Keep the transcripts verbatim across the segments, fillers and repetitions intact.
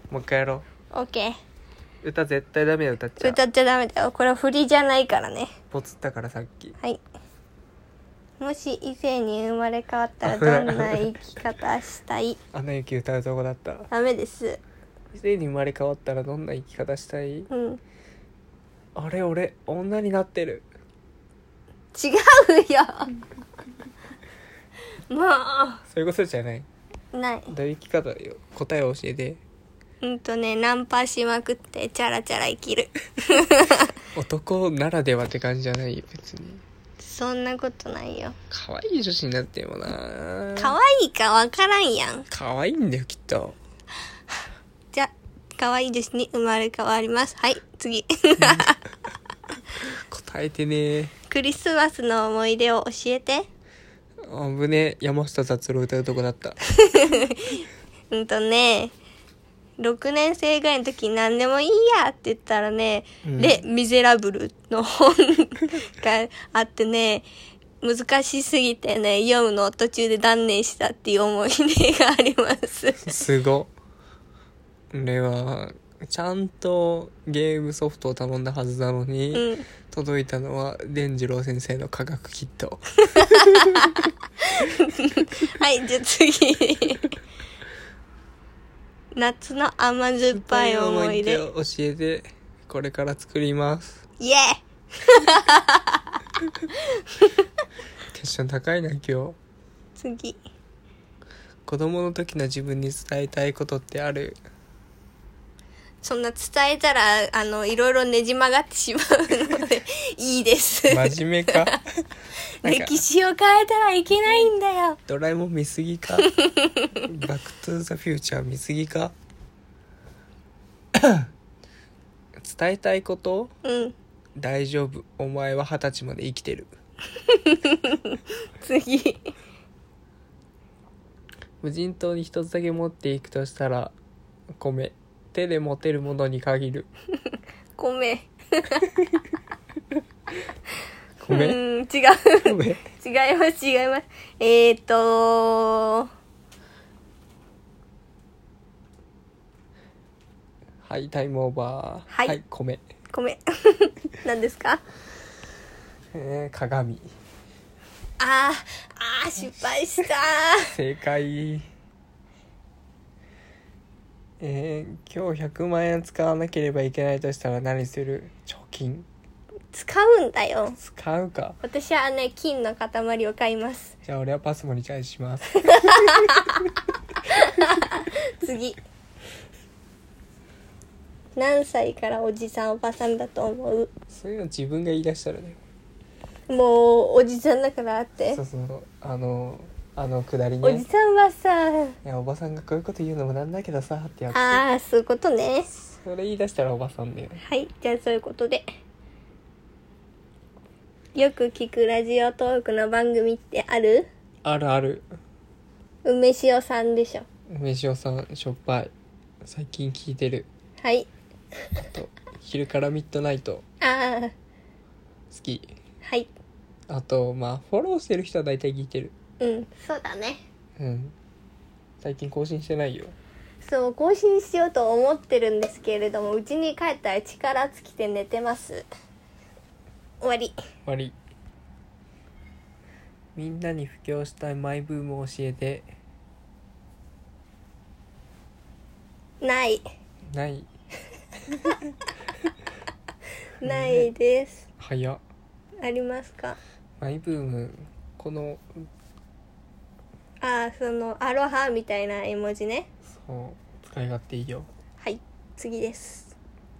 もう一回やろオッケー。 う。歌絶対ダメだ。歌っちゃ歌っちゃダメだよ。これは振りじゃないからね。 ポツったからさっき。 はい。もし異性に生まれ変わったらどんな生き方したい？ アナ雪歌うとこだった。 ダメです。 異性に生まれ変わったらどんな生き方したい？ うん。 あれ俺女になってる。 違うよ。もうそういうことじゃない。 ない。 どういう生き方よ。答えを教えて。 うんとね、ナンパしまくってチャラチャラ生きる。 男ならではって感じじゃないよ別に。 そんなことないよ。 可愛い女子になってもな。 可愛いかわからんやん。 可愛いんだよきっと。 じゃ、可愛い女子に生まれ変わります。はい、次。 答えてね。 クリスマスの思い出を教えて。 あぶね、山下達郎歌うとこだった。 うんとね、ろくねん生ぐらいの時に何でもいいやって言ったらね、うん、レ・ミゼラブルの本があってね、難しすぎてね、読むのを途中で断念したっていう思い出があります。 すご。俺はちゃんとゲームソフトを頼んだはずなのに、うん、届いたのは伝次郎先生の科学キット。 はい、じゃあ次。夏の甘酸っぱい思い出を教えて。これから作ります。 イエーテンション高いな今日。 次。 子供の時の自分に伝えたいことってある？ そんな伝えたらあのいろいろねじ曲がってしまうのでいいです。 真面目か。 歴史を変えたらいけないんだよ。 ドラえもん見すぎか。バックトゥザフューチャー見すぎか。伝えたいこと？ うん。 大丈夫。お前は二十歳まで生きてる。 次。 無人島に一つだけ持っていくとしたら米。手で持てるものに限る。 米。 米？ うん、違う。 米？ 違います違います。えーとはいタイムオーバー。はい、はい、米。 米。何ですか？ えー、鏡。 あーあー失敗した。 正解。えー、今日ひゃくまんえん使わなければいけないとしたら何する？貯金。 使うんだよ。 使うか。 私はね金の塊を買います。 じゃあ俺はパスモにチャージします。 次。何歳からおじさんおばさんだと思う？ そういうの自分が言い出したらね。 もうおじさんだからって。 そうそう、あのあのくだりね。 おじさんはさ、いやおばさんがこういうこと言うのもなんだけどさってやつ。 ああそういうことね。 それ言い出したらおばさんだよね。 はい、じゃあそういうことで。よく聞くラジオトークの番組ってある？ あるある。 梅塩さんでしょ。 梅塩さんしょっぱい。最近聞いてる。 はい。 あと昼からミッドナイト。 ああ。好き。 はい。 あとまあフォローしてる人は大体聞いてる。 うん、そうだね。 うん。最近更新してないよ。 そう更新しようと思ってるんですけれども、うちに帰ったら力尽きて寝てます。終わり。 終わり。みんなに布教したいマイブームを教えて。 ない。 ない。 ないです。 早っ。 ありますか？ マイブーム、このああそのアロハみたいな絵文字ね。 そう使い勝手いいよ。 はい、次です。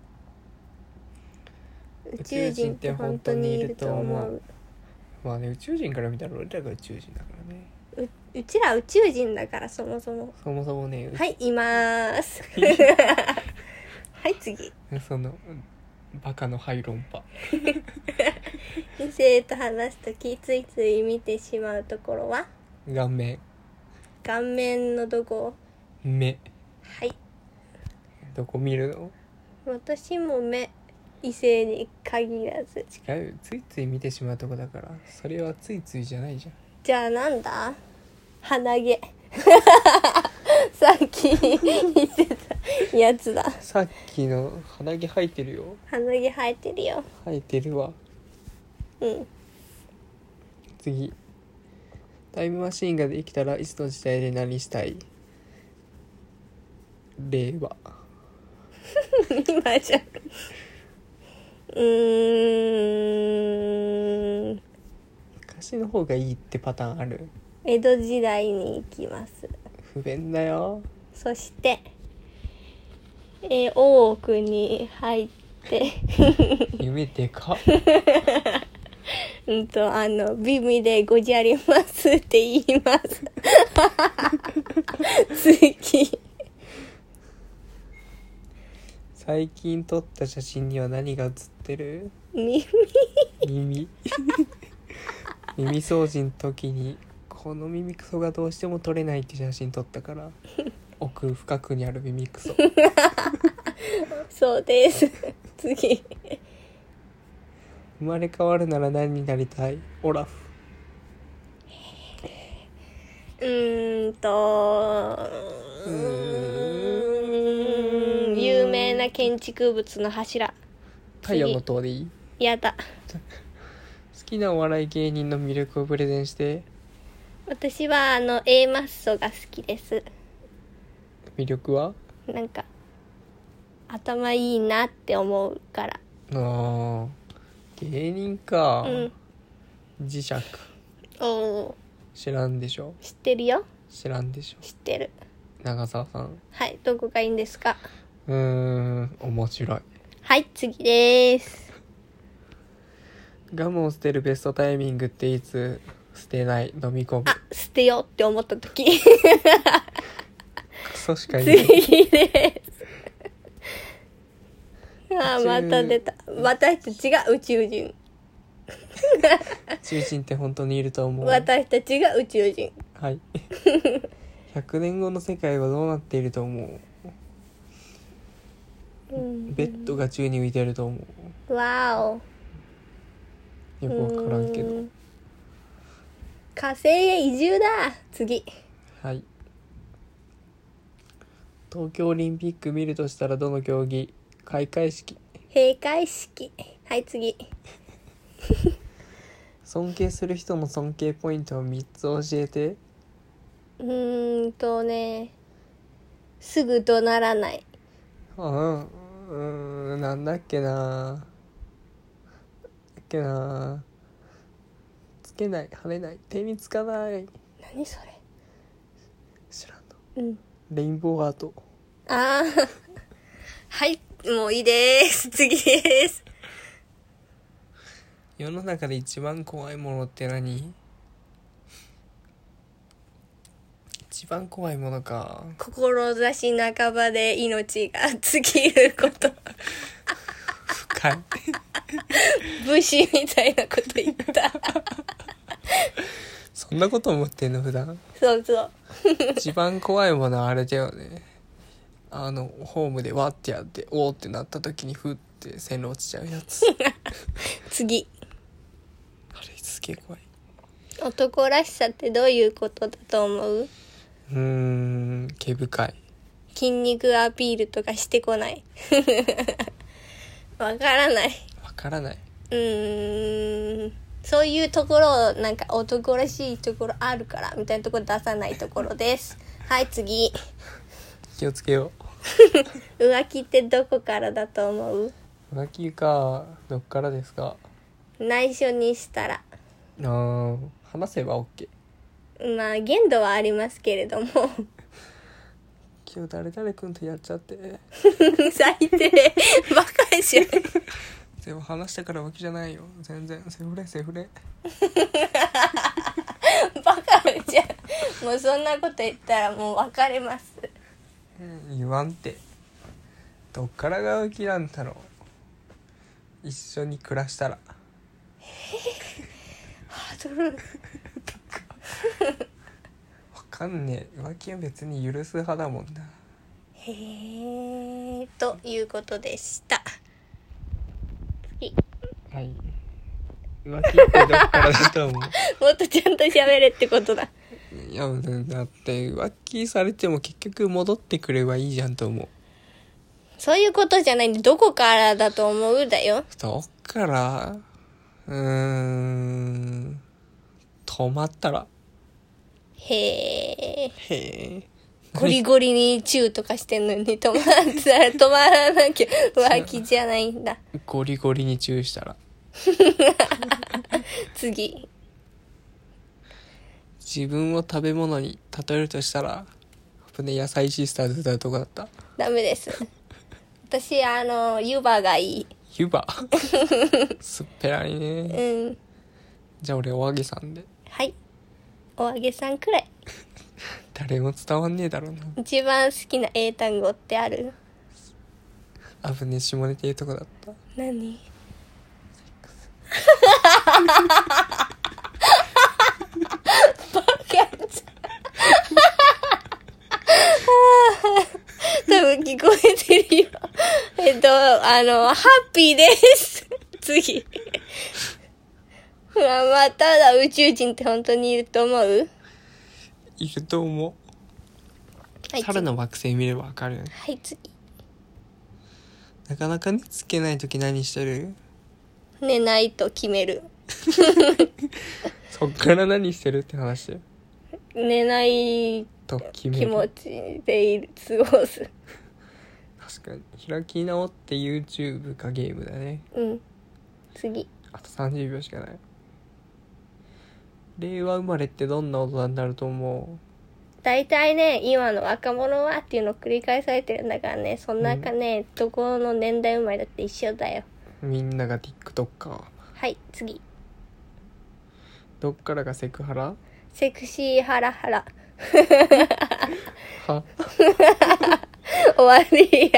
宇宙人って本当にいると思う？ まあね、宇宙人から見たら俺らが宇宙人だからね。 う, うちら宇宙人だからそもそも。 そもそもね。 はいいまーす。はい次。 そのバカの廃論派。 異性と話すときついつい見てしまうところは？ 顔面。 顔面のどこ？ 目。 はい。 どこ見るの？ 私も目。異性に限らず。 違うよ、ついつい見てしまうとこだから。それはついついじゃないじゃん。 じゃあなんだ？鼻毛。さっき言ってたやつだ。 さっきの鼻毛生えてるよ。 鼻毛生えてるよ。 生えてるわ。 うん。 次。タイムマシーンができたらいつの時代で何したい？令和。 今じゃん。うーん。 昔の方がいいってパターンある？ 江戸時代に行きます。 不便だよ。 そして、えー、大奥に入って夢でかっ。 うんとあの美味でごじゃりますって言います次。 最近撮った写真には何が写ってる？ 耳耳耳掃除の時にこの耳くそがどうしても撮れないって写真撮ったから奥深くにある耳くそ。 そうです次。 生まれ変わるなら何になりたい？オラフ。 うーんとうーん有名な建築物の柱。 太陽の塔でいい？ やだ。 好きなお笑い芸人の魅力をプレゼンして。 私はあの A マッソが好きです。 魅力は？ なんか頭いいなって思うから。 あー芸人か、 うん、 磁石。 おお知らんでしょ？ 知ってるよ。 知らんでしょ？ 知ってる。 長澤さん。 はい、どこがいいんですか？ うーん面白い。 はい、次です。 ガムを捨てるベストタイミングっていつ？捨てない、飲み込む。 あ、捨てようって思った時。 クソしか言えない。 次です。あー、また出た。私たちが宇宙人。 宇宙人って本当にいると思う。 私たちが宇宙人。 はい。ひゃくねんごの世界はどうなっていると思う？うん、ベッドが宙に浮いてると思う。わお。 よくわからんけど。 火星へ移住だ。次。 はい。東京オリンピック見るとしたらどの競技？開会式。 閉会式。はい、次。 尊敬する人の尊敬ポイントをみっつ教えて。 うーんとね、すぐ怒鳴らない。 うん、うーん、なんだっけな。だっけな。つけない、跳ねない、手につかない。 何それ？ 知らんうん。 の。レインボーアート。 あーはい、もういいです。次です。 世の中で一番怖いものって何？一番怖いものか。 志半ばで命が尽きること。 深い。 武士みたいなこと言った。 そんなこと思ってんの普段？ そうそう。 一番怖いものはあれだよね。あのホームでワッてやっておーってなった時にふって線路落ちちゃうやつ。 次。 あれすげえ怖い。 男らしさってどういうことだと思う？ うーん毛深い。 筋肉アピールとかしてこない。わからない。 わからない。 うーんそういうところなんか男らしいところあるからみたいなところ出さないところです。はい次。 気をつけよう。浮気ってどこからだと思う？ 浮気かどっからですか？ 内緒にしたら。 あー話せば OK。 まあ限度はありますけれども。 今日誰々君とやっちゃって最低。バカじゃん。 でも話したから浮気じゃないよ全然。セフレセフレ。 バカじゃん。もうそんなこと言ったらもう別れます。 うん、言わんってどっからが浮気なんだろう。一緒に暮らしたら。 ハードル。 わかんねえ。浮気は別に許す派だもんな。 へーということでした。 はい。浮気ってどっからだと思う？ もっとちゃんと喋れってことだ。 いやだって浮気されても結局戻ってくればいいじゃんと思う。 そういうことじゃないんで、どこからだと思うだよ。 どっからうーん止まったら。 へえ。 へえ。 ゴリゴリにチューとかしてんのに止まったら止まらなきゃ浮気じゃないんだ。 ゴリゴリにチューしたら。 次。 自分を食べ物に例えるとしたら、危ね、野菜シスターズだとこだった。 ダメです。私、あの、湯葉がいい。 湯葉すっぺらにね。 うん。 じゃあ俺お揚げさんで。 はい。お揚げさんくらい。 誰も伝わんねえだろうな。 一番好きな英単語ってある？ 危ね、下ネタ言うとこだった。 何？バカじゃん。多分聞こえてるよ。えっと、あの、ハッピーです。次。まあ、まあ、ただ宇宙人って本当にいると思う？ いると思う。 はい、 猿の惑星見ればわかるよね。 はい、次。 なかなか寝つけないとき何してる？ 寝ないと決める。 そっから何してるって話だよ。 寝ないと決める。 気持ちでいる過ごす。 確かに。開き直って YouTube かゲームだね。 うん。次。 あとさんじゅうびょうしかない。令和生まれってどんな大人になると思大体ね、今の若者はっていうのを繰り返されてるんだからね、そんなかね、うん、どこの年代生まれだって一緒だよ。 みんなが TikTok か。 はい、次。 どっからがセクハラ？ セクシーハラハラ。 は終わりや。